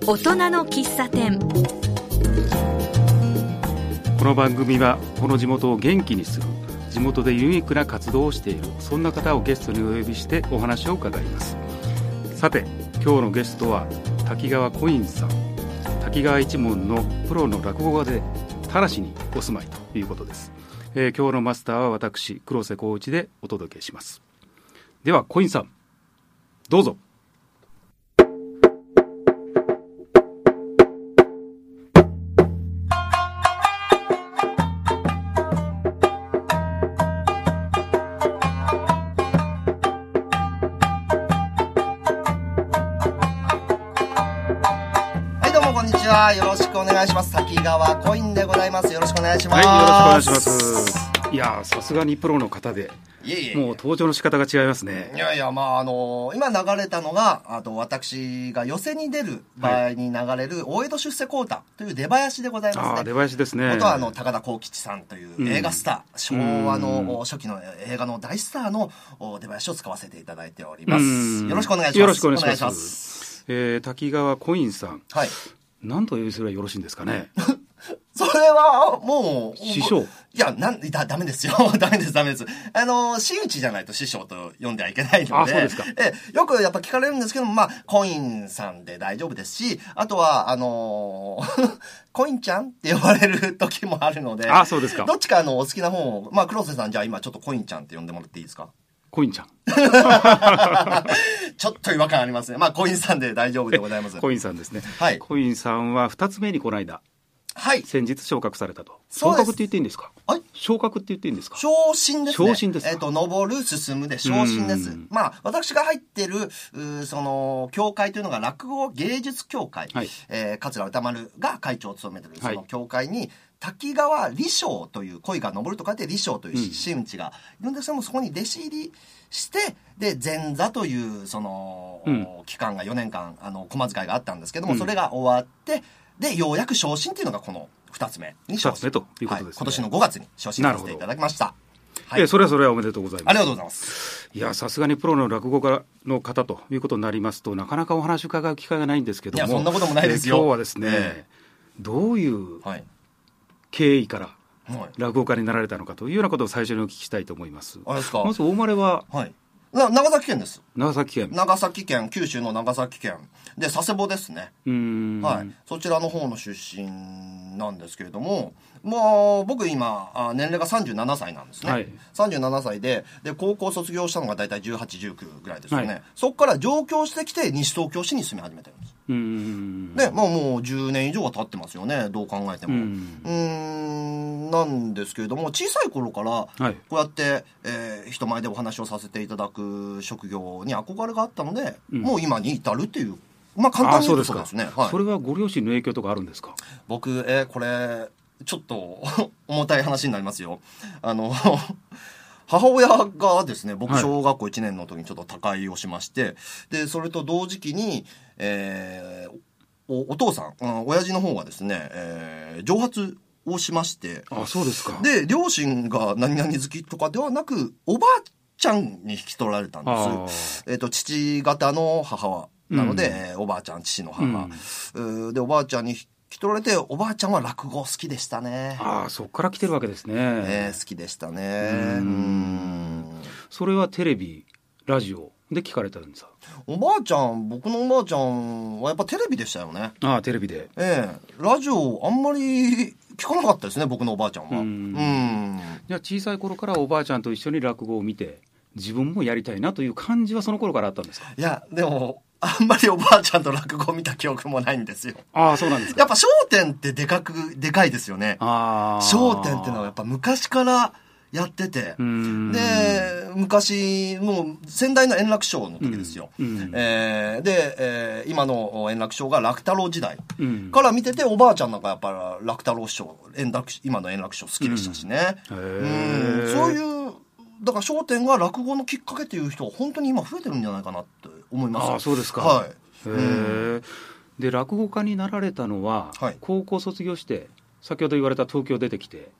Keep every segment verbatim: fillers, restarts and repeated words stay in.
大人の喫茶店。 この番組はこの地元を元気にする、地元でユニークな活動をしている、そんな方をゲストにお呼びしてお話を伺います。さて今日のゲストは滝川コインさん。滝川一門のプロの落語家で田無にお住まいということです。えー、今日のマスターは私黒瀬浩一でお届けします。ではコインさんどうぞ。 よろしくお願いします。滝川コインでございます。よろしくお願いします。 はい、よろしくお願いします。いやさすがにプロの方で、 いえいえいえ、 もう登場の仕方が違いますね。 いやいや、まああのー、今流れたのが、あと私が寄席に出る場合に流れる大江戸出世講談という出囃子でございますね。 あ、出囃子ですね。 あとはあの高田幸吉さんという映画スター、うん、昭和の初期の映画の大スターの出囃子を使わせていただいております。よろしくお願いします。 よろしくお願いします。えー、滝川コインさん、 はい、 何とお呼びすればよろしいんですかね。 それはもう師匠。 いや、なんだダメですよ。ダメですダメです。あの真打ちじゃないと師匠と呼んではいけないので。 あ、そうですか。 えよくやっぱ聞かれるんですけども、まあコインさんで大丈夫ですし、あとはあのー、コインちゃんって呼ばれる時もあるので。 あ、そうですか。 どっちかあのお好きな方を、まあ黒瀬さんじゃあ今ちょっとコインちゃんって呼んでもらっていいですか。 コインちゃんちょっと違和感ありますね。まあコインさんで大丈夫でございます。 コインさんですね。 はい。 コインさんはふたつめにこの間、 はい、 先日昇格されたと。昇格って言っていいんですか。 はい、 昇格って言っていいんですか。 昇進ですね。 昇進ですか。 えっ、ー、と登る進むで昇進です。まあ私が入ってるその協会というのが落語芸術協会、はい、えー、桂歌丸が会長を務めているその協会に、はい、滝川李昇という恋が昇ると書いて李昇という真打ちがいるんですけども、そこに弟子入りしてで前座というその、うん、期間がよねんかんあの駒遣いがあったんですけども、うん、それが終わってでようやく昇進というのがこのふたつめに昇進ということですね、はい、 今年のごがつに昇進させていただきました。 はい、それはそれはおめでとうございます。 ありがとうございます。 いやさすがにプロの落語家の方ということになりますとなかなかお話を伺う機会がないんですけども、 いやそんなこともないですよ。 えー、今日はですね、えー、どういう経緯から落語家になられたのかというようなことを最初にお聞きしたいと思います。 あれですか。 まずお生まれは、 はい、長崎県です。 長崎県。 長崎県、九州の長崎県で佐世保ですね。 うーん、 はい、そちらの方の出身なんですけれども、もう僕今年齢がさんじゅうななさいなんですね。はい、さんじゅうななさい で, で高校卒業したのがだいたいじゅうはち、じゅうきゅうぐらいですよね。はい、そこから上京してきて西東京市に住み始めてるんです。 うーん、 で、まあ、もうじゅうねん以上は経ってますよね、どう考えても。うーん、うーんなんですけれども、小さい頃からこうやって、はい、えー、人前でお話をさせていただく職業に憧れがあったので、うん、もう今に至るっていう、まあ簡単に言うとそうですね。 はい、それはご両親の影響とかあるんですか。 僕、えー、これちょっと重たい話になりますよ。あの母親がですね、僕小学校いちねんの時にちょっと他界をしまして、はい、でそれと同時期に、えー、お, お父さん、うん、親父の方がですね、えー、蒸発をしまして。 あ、そうですか。 で両親が何々好きとかではなくおばあちゃんに引き取られたんです。えー、と父方の母はなので、うん、おばあちゃん父の母、うん、でおばあちゃんに引き取られて、おばあちゃんは落語好きでしたね。 ああ、そっから来てるわけですね。 えー、好きでしたね。うーん、 それはテレビラジオで聞かれたんですか。 おばあちゃん、僕のおばあちゃんはやっぱテレビでしたよね。 ああ、テレビで。 ええー、ラジオあんまり聞かなかったですね、僕のおばあちゃんは。うん、うん、 じゃあ小さい頃からおばあちゃんと一緒に落語を見て自分もやりたいなという感じはその頃からあったんですか。 いやでもあんまりおばあちゃんと落語を見た記憶もないんですよ。 ああ、そうなんですか。 やっぱ笑点ってでかくでかいですよね。あ、笑点ってのはやっぱ昔からやってて、で昔もう先代の円楽師匠の時ですよ。うんうん、えー、で、えー、今の円楽師匠が楽太郎時代から見てて、おばあちゃんなんかやっぱり楽太郎師匠、円楽今の円楽師匠好きでしたしね。うん、うん、そういうだから笑点が落語のきっかけっていう人は本当に今増えてるんじゃないかなって思います。 ああ、そうですか。 はい。 へえ。で落語家になられたのは、はい、高校卒業して先ほど言われた東京出てきて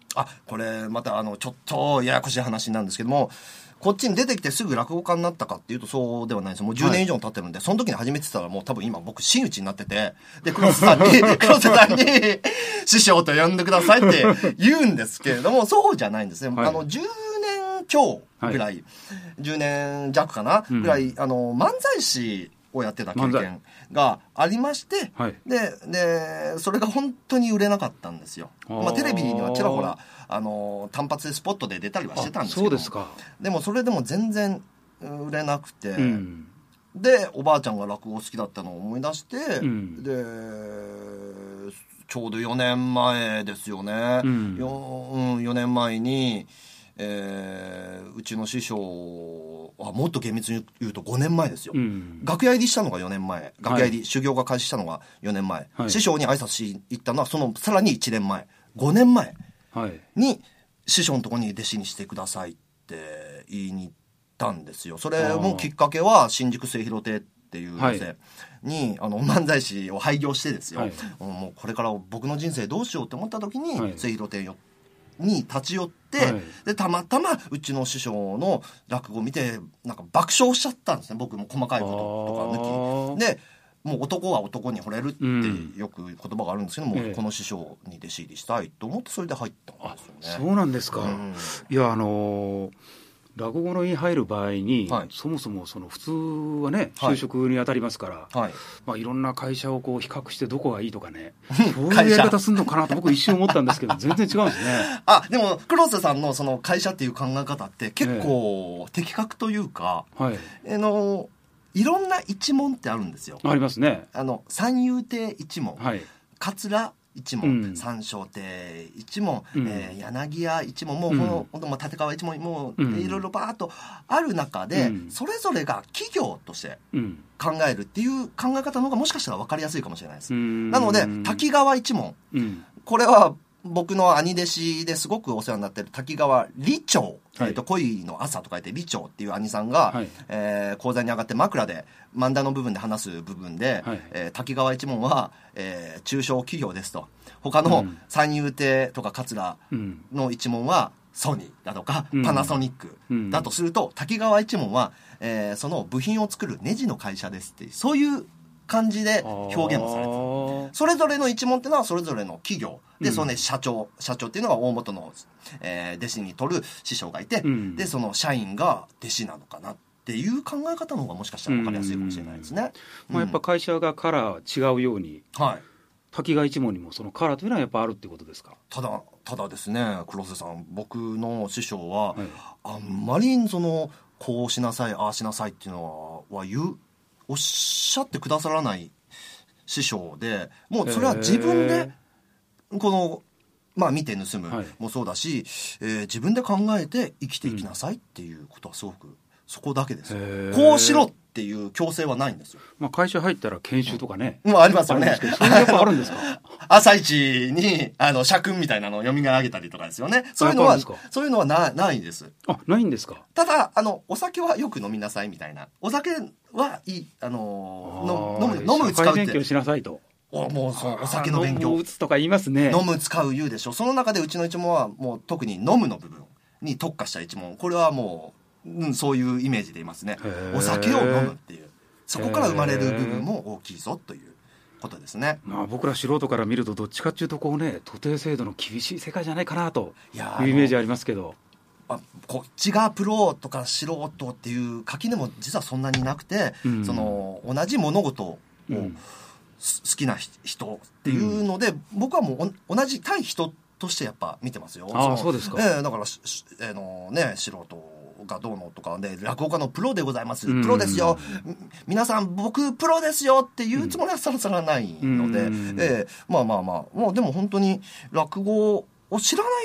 あ、これまたあのちょっとややこしい話なんですけども、こっちに出てきてすぐ落語家になったかっていうとそうではないです。もうじゅうねん以上経ってるんで、はい、その時に始めてたらもう多分今僕真打ちになってて、で黒瀬さんに黒瀬さんに師匠と呼んでくださいって言うんですけれども、そうじゃないんですね、はい、あのじゅうねん強ぐらい、はい、じゅうねん弱かな、うん、ぐらいあの漫才師をやってた経験がありまして、はい、ででそれが本当に売れなかったんですよ。まあ、テレビにはちらほらあの単発でスポットで出たりはしてたんですけど、 そうですか。 でもそれでも全然売れなくて、うん、でおばあちゃんが落語好きだったのを思い出して、うん、でちょうどよねんまえですよね、うん、よ, うん、よねんまえに、えー、うちの師匠あもっと厳密に言うとごねんまえですよ、うん、楽屋入りしたのがよねんまえ、楽屋入り、はい、修行が開始したのがよねんまえ、はい、師匠に挨拶しに行ったのはそのさらにいちねんまえ、ごねんまえに師匠のところに弟子にしてくださいって言いに行ったんですよ。それもきっかけは新宿末広亭っていう店に、はい、あの漫才師を廃業してですよ、はい、もうこれから僕の人生どうしようって思った時に、はい、末広亭に立ち寄って、はい、でたまたまうちの師匠の落語を見てなんか爆笑しちゃったんですね。僕も細かいこととか抜きで、もう男は男に惚れるってよく言葉があるんですけども、うん、この師匠に弟子入りしたいと思ってそれで入ったんですよね。 あ、そうなんですか、うん、いやあのー、落語のに入る場合に、はい、そもそもその普通はね就職に当たりますから、はい、まあ、いろんな会社をこう比較してどこがいいとかねそういうやり方するのかなと僕一瞬思ったんですけど全然違うんですね。 あ、でも黒瀬さんのその会社っていう考え方って結構的確というか、はい、あのいろんな一門ってあるんですよ。 ありますね。あの三遊亭一門、はい、桂一門、うん、三笑亭一門、うん、えー、柳家一門、もうこの、うん、立川一門もう、うん、いろいろバーッとある中で、うん、それぞれが企業として考えるっていう考え方の方がもしかしたら分かりやすいかもしれないです。なので滝川一門、うん、これは僕の兄弟子ですごくお世話になっている滝川理長、はい、えー、と恋の朝と書いて理長っていう兄さんが、はい、えー、講座に上がって枕で漫談の部分で話す部分で、はい、えー、滝川一門は、えー、中小企業ですと、他の三遊亭とか桂の一門はソニーだとか、うん、パナソニックだとすると、うん、滝川一門は、えー、その部品を作るネジの会社ですっていう、そういう感じで表現をされてる。それぞれの一門っていうのはそれぞれの企業で、うん、そのね社長社長っていうのが大元の、えー、弟子に取る師匠がいて、うん、でその社員が弟子なのかなっていう考え方の方がもしかしたら分かりやすいかもしれないですね。うん、 まあ、やっぱ会社がカラー違うように、はい、滝川一門にもそのカラーというのはやっぱあるってことですか。 ただただですね、黒瀬さん、僕の師匠は、はい、あんまりそのこうしなさいああしなさいっていうのは、は言うおっしゃってくださらない師匠で、もうそれは自分でこの、まあ、見て盗むもそうだし、はい、えー、自分で考えて生きていきなさいっていうことはすごくそこだけですよ。こうしろっていう強制はないんですよ。 まあ、会社入ったら研修とかね、 うん、ありますよね。 そういうやっぱあるんですか。 朝一にあの社訓みたいなのを読み上げたりとかですよね。そういうのはそういうのは な, ないです。 あ、ないんですか。 ただあのお酒はよく飲みなさいみたいな、お酒はいい、あのー、飲む飲む使うって、 社会勉強しなさいと。 おもうそうお酒の勉強、 飲む打つとか言いますね。 飲む使う言うでしょ。その中でうちの一門はもう特に飲むの部分に特化した一門、これはもう、うん、そういうイメージでいますね。お酒を飲むっていう、そこから生まれる部分も大きいぞということですね。 まあ、僕ら素人から見るとどっちかっていうとこうね、徒弟制度の厳しい世界じゃないかなというイメージありますけど、 あこっちがプロとか素人っていう垣根も実はそんなになくて、うん、その同じ物事を、うん、好きな人っていうので、うん、僕はもう同じ対人としてやっぱ見てますよ。 ああ、そうですか。 えー、だから、えーのね、素人がどうのとかで、落語家のプロでございます、プロですよ、皆さん僕プロですよっていうつもりはさらさらないので、えー、まあまあまあ、もうでも本当に落語を知らない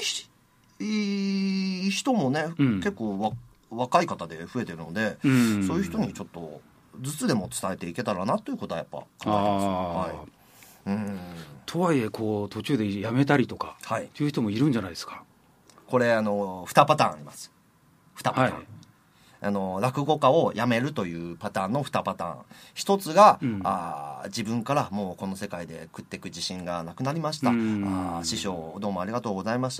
人もね、うん、結構わ若い方で増えてるので、そういう人にちょっとずつでも伝えていけたらなということはやっぱ考えてます。はい、うん、 とはいえこう途中でやめたりとか、はい、という人もいるんじゃないですか。 これあのにパターンあります。にパターン、はい、あの落語家を辞めるというパターンのにパターン。一つが、うん、あ自分からもうこの世界で食っていく自信がなくなりました、あ師匠どうもありがとうございましたっ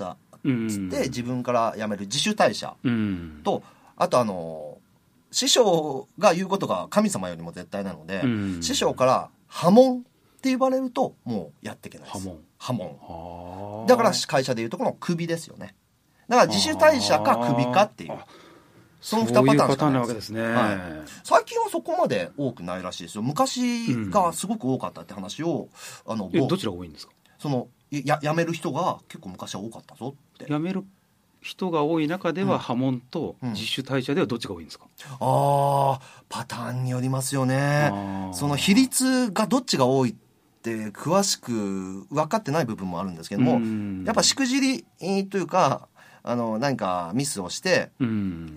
つって自分から辞める自主退社と、うん、あとあの師匠が言うことが神様よりも絶対なので、うん、師匠から破門って言われるともうやっていけないです。破門。破門。だから会社でいうとこのクビですよね。だから自主退社かクビかっていう、そのにパターンしかないです。そういうパターンなわけですね、はい、最近はそこまで多くないらしいですよ。昔がすごく多かったって話を、うん、あのえどちらが多いんですか？ そのや辞める人が結構昔は多かったぞって。 辞める人が多い中では、うん、破門と自主退社ではどっちが多いんですか？ うん、あパターンによりますよね。その比率がどっちが多いって詳しく分かってない部分もあるんですけども、やっぱしくじりというかあの何かミスをして、うん、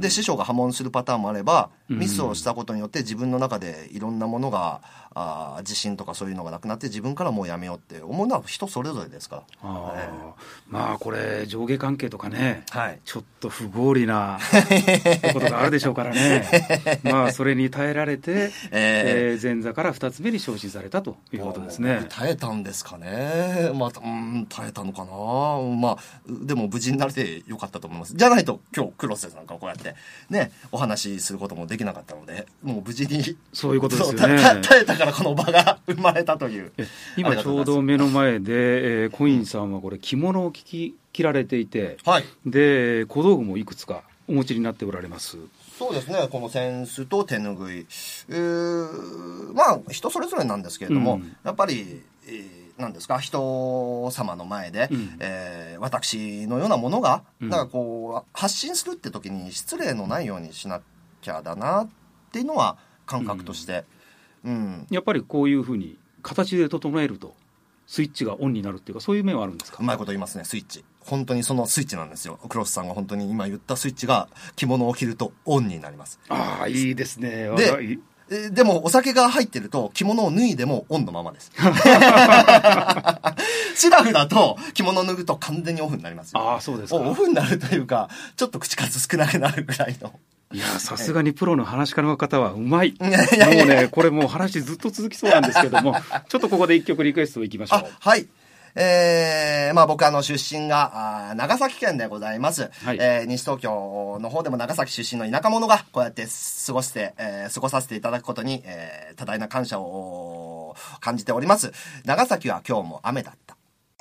で師匠が破門するパターンもあれば、うん、ミスをしたことによって自分の中でいろんなものがあ自信とかそういうのがなくなって自分からもうやめようって思うのは人それぞれですから。あ、 えー、まあこれ上下関係とかね、はい、ちょっと不合理なことがあるでしょうからねまあそれに耐えられて、えーえー、前座からふたつめに昇進されたということですね。 耐えたんですかね、まあ、うん耐えたのかな、まあ、でも無事になれてよかったと思います。じゃないと今日黒瀬さんがこうやってねお話しすることもできなかったので、もう無事にそういうことですよね。 耐えたからこの場が生まれたという。 今ちょうど目の前で、えー、コインさんはこれ着物を着き着られていて、はい、で小道具もいくつかお持ちになっておられます。 そうですね、この扇子と手ぬぐい、えー、まあ人それぞれなんですけれども、うん、やっぱり、えー、なんですか人様の前で、うん、えー、私のようなものが、うん、なんかこう発信するって時に失礼のないようにしなきゃだなっていうのは感覚として、 うんうん、やっぱりこういうふうに形で整えるとスイッチがオンになるっていうか、そういう面はあるんですか？ うまいこと言いますね。スイッチ、本当にそのスイッチなんですよ。クロスさんが本当に今言ったスイッチが着物を着るとオンになります。 ああ、いいですね。 でえでもお酒が入ってると着物を脱いでもオンのままですシラフだと着物を脱ぐと完全にオフになりますよ。 ああ、そうですか。 オフになるというかちょっと口数少なくなるぐらいの。 いやさすがにプロの話し家の方はうまい。もうねこれもう話ずっと続きそうなんですけどもちょっとここで一曲リクエストいきましょう。 はい、えー、まあ僕あの出身が長崎県でございます、はい、えー、西東京の方でも長崎出身の田舎者がこうやって過ごして、えー、過ごさせていただくことに、えー、多大な感謝を感じております。長崎は今日も雨だった。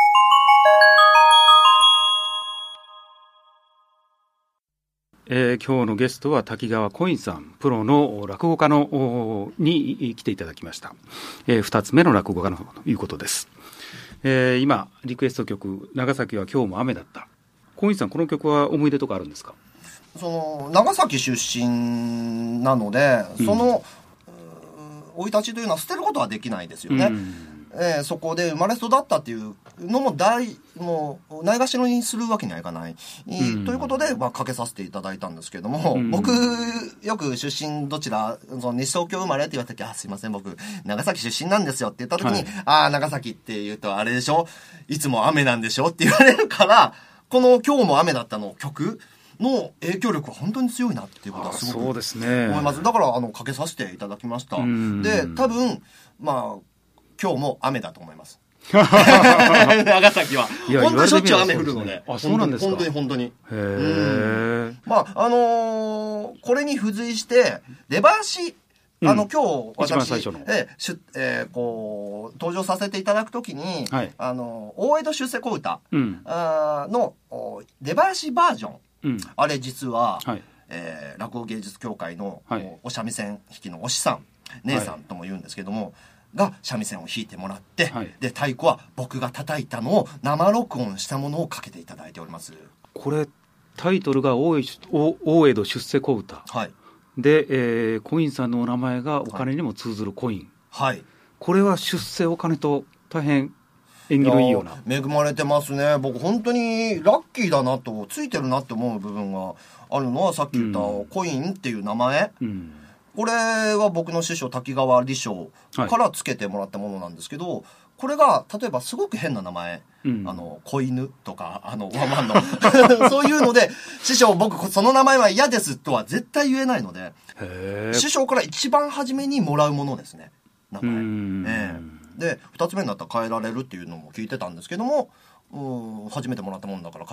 えー、今日のゲストは滝川コインさん、プロの落語家のに来ていただきました。えー、ふたつめの落語家のということです。えー、今リクエスト曲長崎は今日も雨だった。コインさん、この曲は思い出とかあるんですか？ その長崎出身なので、その生い立ちというのは捨てることはできないですよね。うん、えー、そこで生まれ育ったっていうのも大もうないがしろにするわけにはいかない、うん、ということで、まあ、かけさせていただいたんですけども、うん、僕よく出身どちらその西東京生まれって言われた時、あ、すいません僕長崎出身なんですよって言った時に、はい、ああ長崎って言うとあれでしょ、いつも雨なんでしょって言われるから、この今日も雨だったの曲の影響力は本当に強いなっていうことはすごく思います。 そうですね。 だからあのかけさせていただきました。で多分まあ今日も雨だと思います長崎は本当にしょっちゅう雨降るので。 あ、そうなんですか。 本当に本当に。へえ。 まああのー、これに付随して出囃子、あの、うん、今日私一番最初の、 えーしえー、こう登場させていただくときに、はい、あの大江戸出世小唄、うん、あの出囃子バージョン、うん、あれ実は、はい、えー、落語芸術協会の、はい、お三味線弾きのお師さん姉さんとも言うんですけども、はい、が三味線を弾いてもらって、はい、で太鼓は僕が叩いたのを生録音したものをかけていただいております。 これタイトルが 大, 大江戸出世小唄、はい、で、えー、コインさんのお名前がお金にも通ずるコイン、はい、これは出世お金と大変縁起のいいような。 恵まれてますね。僕本当にラッキーだなとついてるなって思う部分があるのは、さっき言った、うん、コインっていう名前、うん、これは僕の師匠滝川理章からつけてもらったものなんですけど、はい、これが例えばすごく変な名前、うん、あの子犬とかあのワンワンのそういうので師匠僕その名前は嫌ですとは絶対言えないので、師匠から一番初めにもらうものですね、名前。えーでふたつめになったら変えられるっていうのも聞いてたんですけども、うん初めてもらったもんだから変え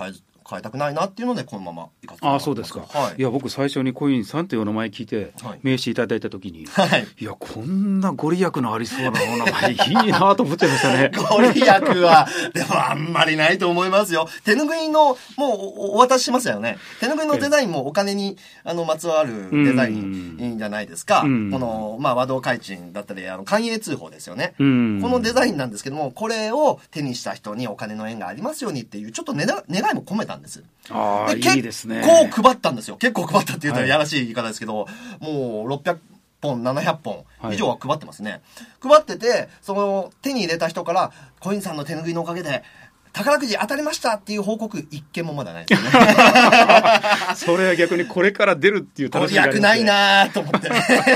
変えたくないなっていうのでこのままいかせてもらってます。 ああそうですか、 はい、 いや僕最初にコインさんというお名前聞いて、はい、名刺いただいた時に、はい、いやこんなご利益のありそうなお名前いいなと思っちゃいましたねご利益はでもあんまりないと思いますよ。手ぬぐいのもうお渡ししますよね。手ぬぐいのデザインもお金にあのまつわるデザインじゃないですか。この、まあ、和道開珍だったりあの寛永通宝ですよね。このデザインなんですけども、これを手にした人にお金の縁がありますようにっていうちょっと願いも込めたんです。 あでいいですね。 結構配ったんですよ。結構配ったって言うとやらしい言い方ですけど、はい、もうろっぴゃくぽんななひゃっぽん以上は配ってますね、はい、配っててその手に入れた人からコインさんの手ぬぐいのおかげで宝くじ当たりましたっていう報告一件もまだないですよねそれは逆にこれから出るっていう楽しみがありますね。 ご利益ないなと思って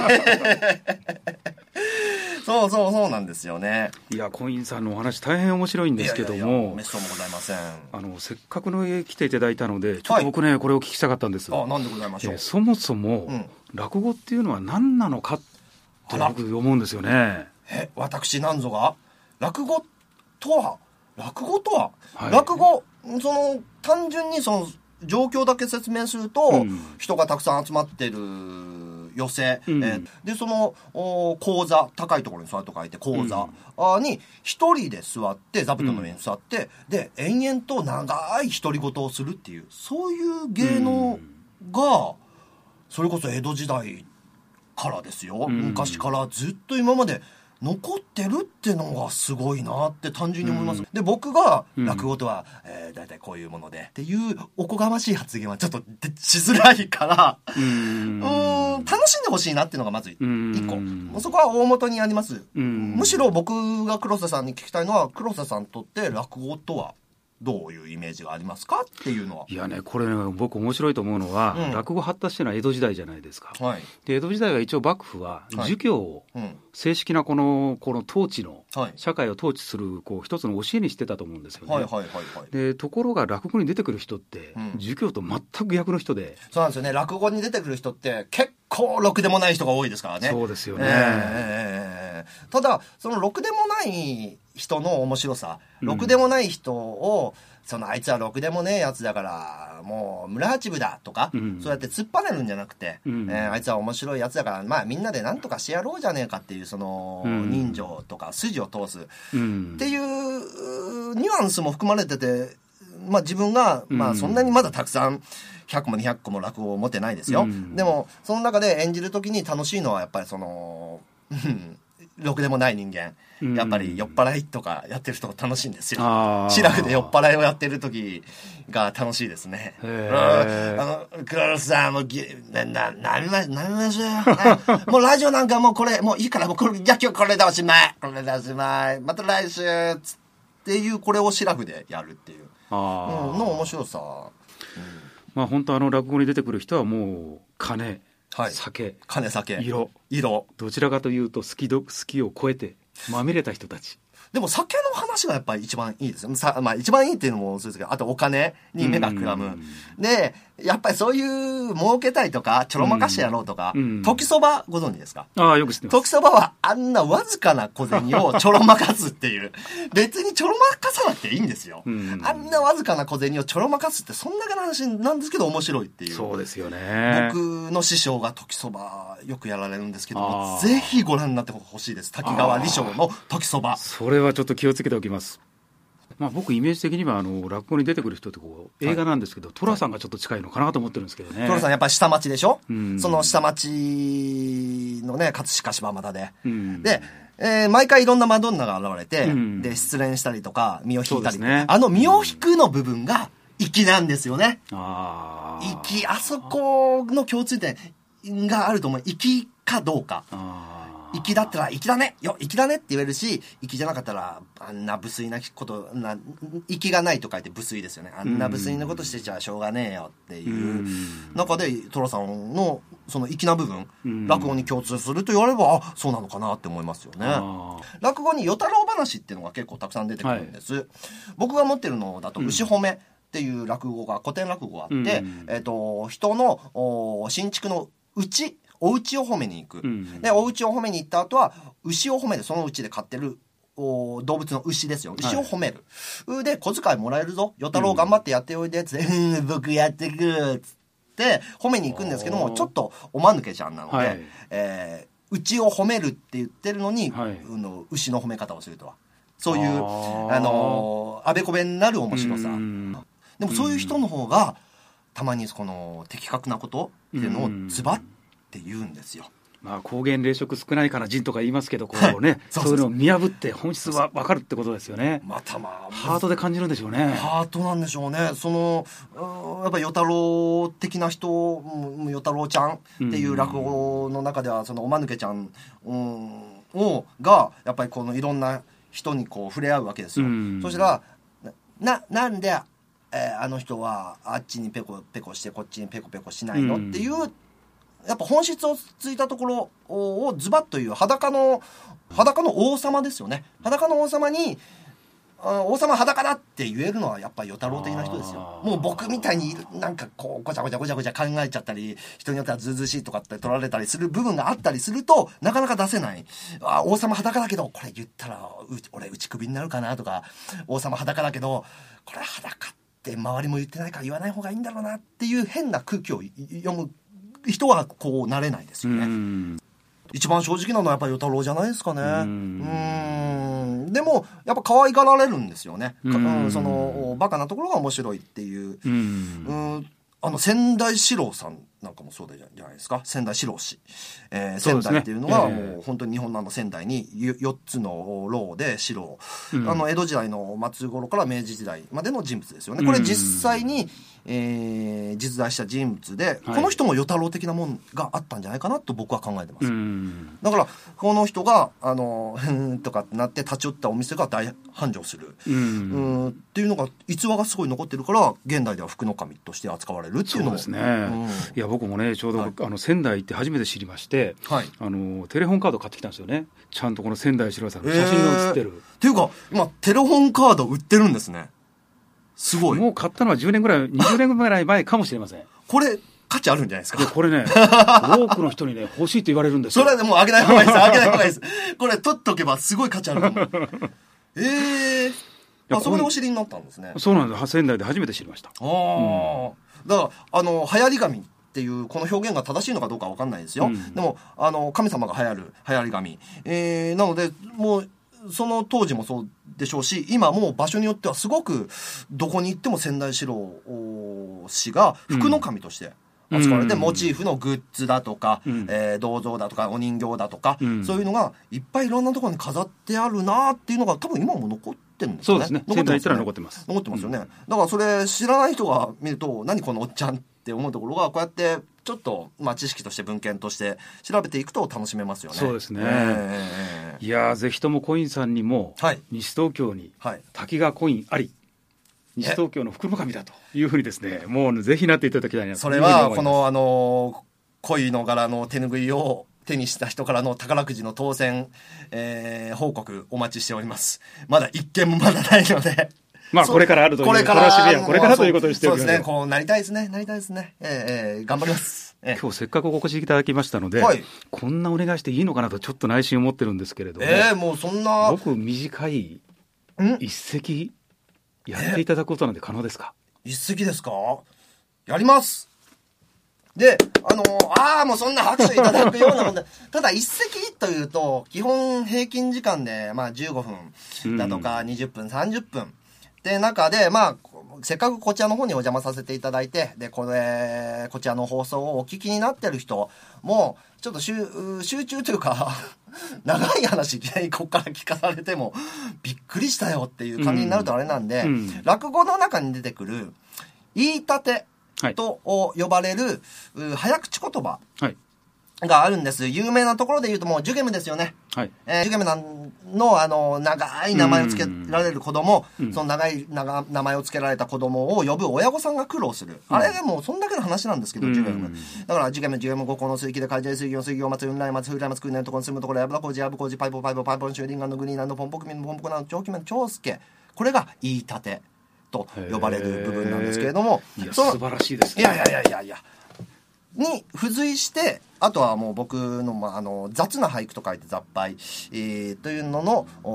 そうそうそうなんですよね。 いやコインさんのお話大変面白いんですけども、いやいやいやめっそうもございません。 あのせっかくの家来ていただいたのでちょっと僕ね、はい、これをお聞きしたかったんです。 あなんでございましょう。 えー、そもそも、うん、落語っていうのは何なのかって僕思うんですよね。 え私なんぞが落語とは落語とは、はい、落語その単純にその状況だけ説明すると、うん、人がたくさん集まってる寄席、うんえー、でその講座高いところに座ると書いて講座、うん、に一人で座って座布団の上に座って、うん、で延々と長い独り言をするっていうそういう芸能が、うん、それこそ江戸時代からですよ、うん、昔からずっと今まで残ってるってのがすごいなって単純に思います、うん、で僕が落語とは、うんえー、だいたいこういうものでっていうおこがましい発言はちょっとしづらいからうーん楽しんでほしいなっていうのがまずいっこそこは大元にあります。むしろ僕が黒瀬さんに聞きたいのは黒瀬さんにとって落語とはどういうイメージがありますかっていうのは。 いやねこれね僕面白いと思うのは、うん、落語発達してるのは江戸時代じゃないですか、はい、で江戸時代は一応幕府は儒教を、はいうん、正式なこのこの統治の、はい、社会を統治するこう一つの教えにしてたと思うんですよね、はいはいはいはい、でところが落語に出てくる人って、うん、儒教と全く逆の人で。 そうなんですよね。落語に出てくる人って結構ろくでもない人が多いですからね。 そうですよね、 えー、ただそのろくでもない人の面白さ、ろくでもない人を、うん、そのあいつはろくでもねえやつだからもう村八分だとか、うん、そうやって突っ張ねるんじゃなくて、うんえー、あいつは面白いやつだからまあみんなでなんとかしてやろうじゃねえかっていうその、うん、人情とか筋を通す、うん、っていうニュアンスも含まれてて、まあ、自分が、まあ、そんなにまだたくさんひゃっこもにひゃっこも落語を持ってないですよ、うん、でもその中で演じる時に楽しいのはやっぱりそのろくでもない人間やっぱり酔っ払いとかやってる人が楽しいんですよ。シラフで酔っ払いをやってる時が楽しいですね。あの黒田さんもうなななみまなみましょうもうラジオなんかもうこれもういいからもうこれじゃ今日これでおしまいこれでおしまいまた来週っていうこれをシラフでやるっていうあ、うん、の面白さ、うんまあ、本当あの落語に出てくる人はもう金、はい、酒金酒色色どちらかというと好きど好きを超えてまみれた人たち。 でも酒の話がやっぱり一番いいですよ。さ、まあ一番いいっていうのもそうですけど、あとお金に目がくらむ。で、やっぱりそういう儲けたいとか、ちょろまかしてやろうとか、時そばご存知ですか？ ああ、よく知ってます。 時そばはあんなわずかな小銭をちょろまかすっていう。別にちょろまかさなくていいんですよ。あんなわずかな小銭をちょろまかすってそんだけの話なんですけど面白いっていう。 そうですよね。 僕の師匠が時そばよくやられるんですけども、ぜひご覧になってほしいです。滝川理章の時そば。 それはちょっと気をつけておきます。まあ、僕イメージ的にはあの落語に出てくる人ってこう映画なんですけど、はい、寅さんがちょっと近いのかなと思ってるんですけどね。 寅さんやっぱり下町でしょ、うん、その下町のね葛飾柴又で、うん、で、えー、毎回いろんなマドンナが現れて、うん、で失恋したりとか身を引いたり、ね、あの身を引くの部分が粋なんですよね。あ粋、あそこの共通点があると思う。粋かどうか。あ粋だったら粋だねよ粋だねって言えるし、粋じゃなかったらあんな無粋なことな粋がないと書いて無粋ですよね。あんな無粋なことしてちゃしょうがねえよっていう中で寅さんのその粋な部分、落語に共通すると言われればあそうなのかなって思いますよね。落語に与太郎話っていうのが結構たくさん出てくるんです、はい、僕が持ってるのだと牛褒めっていう落語が古典落語があって、うんえー、と人の新築のうちお家を褒めに行く、うん、でお家を褒めに行った後は牛を褒めてそのうちで飼ってる動物の牛ですよ。牛を褒める。はい、で、小遣いもらえるぞ。与太郎頑張ってやっておいで、つって、うん、僕やってくる、つって褒めに行くんですけども、ちょっとおまぬけちゃんなので、はい、えー、牛を褒めるって言ってるのに、はい、うの牛の褒め方をするとは。そういう、あ、あのー、あべこべになる面白さ。でもそういう人の方が、たまにこの的確なことっていうのをズバッって言うんですよ。 まあ、高原冷食少ないから人とか言いますけど、こうね、はい、そうそうそう、そういうのを見破って本質は分かるってことですよね。 またまあ、 ハートで感じるんでしょうね。 ハートなんでしょうね。その、やっぱり与太郎的な人、与太郎ちゃんっていう落語の中では、そのおまぬけちゃん、うん、をが、やっぱりこのいろんな人にこう触れ合うわけですよ。そしたら、な、なんで、えー、あの人はあっちにペコペコしてこっちにペコペコしないの、うん、っていうやっぱ本質をついたところをズバッという裸の裸の王様ですよね。裸の王様に王様裸だって言えるのはやっぱり与太郎的な人ですよ。もう僕みたいになんかこうごちゃごちゃごちゃごちゃ考えちゃったり、人によってはずうずうしいとかって取られたりする部分があったりするとなかなか出せない。あ、王様裸だけどこれ言ったら俺打ち首になるかなとか、王様裸だけどこれ裸って周りも言ってないから言わない方がいいんだろうなっていう変な空気を読む人はこうなれないですよね。うん、一番正直なのはやっぱり与太郎じゃないですかね。うん、うんでもやっぱ可愛がられるんですよね。うん、そのバカなところが面白いっていう。うん、うんあの仙台四郎さんなんかもそうじゃないですか。仙台四郎氏、えー、仙台っていうのがもう本当に日本のあの仙台によっつの牢で四郎、うん、あの江戸時代の末頃から明治時代までの人物ですよね。これ実際に、えー、実在した人物で、はい、この人も与太郎的なもんがあったんじゃないかなと僕は考えてます。うんだからこの人があのふーんとかってなって立ち寄ったお店が大繁盛する、うんうんっていうのが逸話がすごい残ってるから現代では福の神として扱われるっていうのもそうですね、うん、いや僕もねちょうど、はい、あの仙台行って初めて知りまして、はい、あのテレホンカード買ってきたんですよね。ちゃんとこの仙台四郎さんの写真が写ってる、えー、 っていうか今テレホンカード売ってるんですね。すごい。 もう買ったのはじゅうねんぐらいにじゅうねんぐらい前かもしれません。 これ価値あるんじゃないですか。 これね多くの人にね欲しいと言われるんですよ。 それはもうあげない方がいいですあげない方がいいですこれ取っとけばすごい価値あると思うえーあそこでお知りになったんですね。 そうなんです。仙台で初めて知りました。あ、 うん、だからあの流行り紙っていうこの表現が正しいのかどうかわかんないですよ、うん、でもあの神様が流行る流行り紙、えー、なのでもうその当時もそうでしょうし今もう場所によってはすごくどこに行っても仙台四郎氏が福の神として扱われて、うん、モチーフのグッズだとか、うんえー、銅像だとかお人形だとか、うん、そういうのがいっぱいいろんなところに飾ってあるなっていうのが多分今も残ってるんですよね。 そうですね。仙台行ったら残ってます。 残ってますよね、うん、だからそれ知らない人が見ると何このおっちゃんって思うところがこうやってちょっと、まあ、知識として文献として調べていくと楽しめますよね。 そうですね、えー、いやぜひともコインさんにも、はい、西東京に滝川コインあり、はい西東京の福の神だというふうにですねもうぜひなっていただきたいなと。 それはこのあの恋の柄の手ぬぐいを手にした人からの宝くじの当選、えー、報告お待ちしております。まだ一件もまだないのでまあこれからあるというこれからこれからということにしておきましょう。 そうですね。こうなりたいですねなりたいですね、えーえー、頑張ります、えー、 今日せっかくお越しいただきましたので、はい、こんなお願いしていいのかなとちょっと内心思ってるんですけれども、 えー、もうそんな僕短い一席やっていただくことなんて可能ですか？ 一席ですか？やります。で、あのー、ああもうそんな拍手いただくようなもんでただ一席というと基本平均時間でまあじゅうごふんだとかにじゅっぷんさんじゅっぷんって中でまあせっかくこちらの方にお邪魔させていただいてでこれこちらの放送をお聞きになってる人もちょっと集中というか長い話いきなりここから聞かされてもびっくりしたよっていう感じになるとあれなんで、うんうん、落語の中に出てくる言い立てと呼ばれる、はい、早口言葉があるんです。有名なところで言うともうジュゲムですよね、はいえー、ジュゲムのあの長い名前を付けられる子供、うん、その長い長名前を付けられた子供を呼ぶ親御さんが苦労する、うん、あれでもそんだけの話なんですけど、うん、ジュゲムだからジュゲムジュゲム五行の水気で海上水行水行松雲来松風来松空年とこに住むところやぶな工事やぶ工事パイポパイポパイポンシューリンガンのグリーナンのポンポクミンのポンポクナン長期面の長介これが言い立てと呼ばれる部分なんですけれども、 いや素晴らしいですね。 いやいやいやいやいやに付随してあとはもう僕の、まあ、あの雑な俳句と書いて雑俳、えー、というのの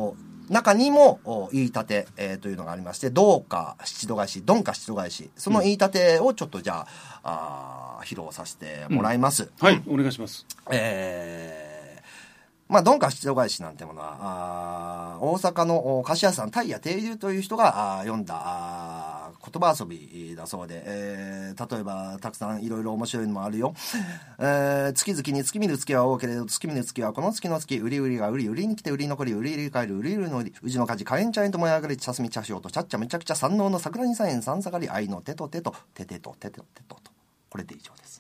中にも言い立て、えー、というのがありまして、どうか七度返し、どんか七度返し、その言い立てをちょっとじゃあ、あ披露させてもらいます。 うん、はい、お願いします。 えー、まあ、どんか七度返しなんてものは、あ大阪の菓子屋さん、太谷定流という人があ読んだあ言葉遊びだそうで、えー、例えばたくさんいろいろ面白いのもあるよ。えー、月々に月見る月は多けれど月見る月はこの月の月、売り売りが売り売りに来て売り残り売り売り帰る売り売りの売り、うちの火事火炎茶園と燃え上がり茶摘み茶塩とちゃっちゃめちゃくちゃ三能の桜にさえん三下がり愛の手と手と手手と手と手とと、これで以上です。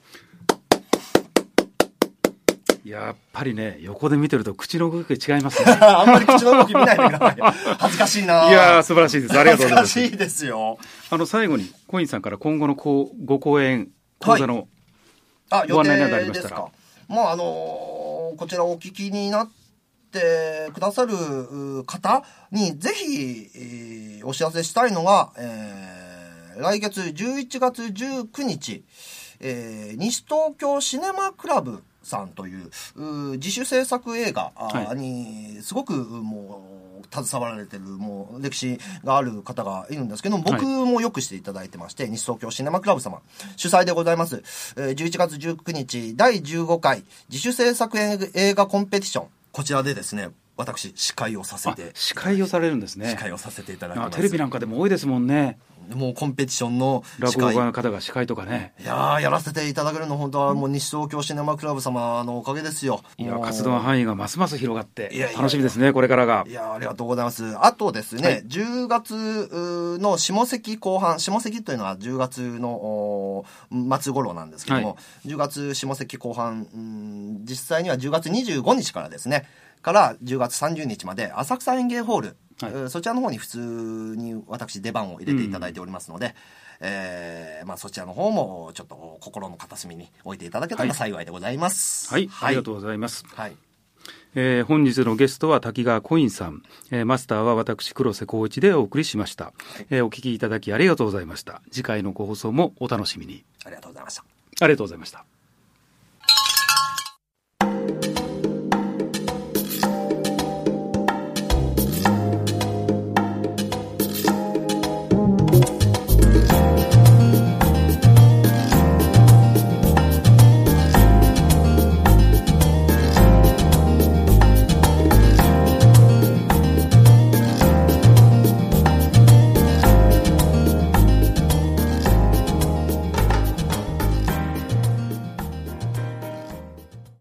やっぱりね、横で見てると口の動きが違いますね。 あんまり口の動き見ないでください。恥ずかしいな。 いやー、素晴らしいです。ありがとうございます。 恥ずかしいですよ。 あの、最後に、コインさんから今後のこうご講演、講座のご案内などありましたら。 はい、あ、予定ですか。まあ、あのー、こちらお聞きになってくださる方に、ぜひ、えー、お知らせしたいのが、えー、来月じゅういちがつじゅうくにち、えー、西東京シネマクラブさんという自主制作映画にすごくもう携わられてるもう歴史がある方がいるんですけども、僕もよくしていただいてまして、西東京シネマクラブ様主催でございます、じゅういちがつじゅうくにちだいじゅうごかい自主制作映画コンペティション、こちらでですね、私司会をさせて、 司会をされるんですね。 司会をさせていただきます。 テレビなんかでも多いですもんね。 もうコンペティションの落語家の方が司会とかね。 いやー、やらせていただけるの本当はもう西東京シネマクラブ様のおかげですよ。 いや、活動範囲がますます広がって楽しみですね、これからが。 いや、ありがとうございます。あとですね、はい、じゅうがつの下関後半、下関というのはじゅうがつの末頃なんですけども、はい、じゅうがつ下関後半、うん、実際にはじゅうがつにじゅうごにちからですね、からじゅうがつさんじゅうにちまで浅草園芸ホール、はい、そちらの方に普通に私出番を入れていただいておりますので、うん、えーまあ、そちらの方もちょっと心の片隅に置いていただけたら幸いでございます。 はい、はい、ありがとうございます。 はい、 えー、本日のゲストは滝川コインさん、えー、マスターは私黒瀬光一でお送りしました。はい、えー、お聞きいただきありがとうございました。次回のご放送もお楽しみに。 ありがとうございました。 ありがとうございました。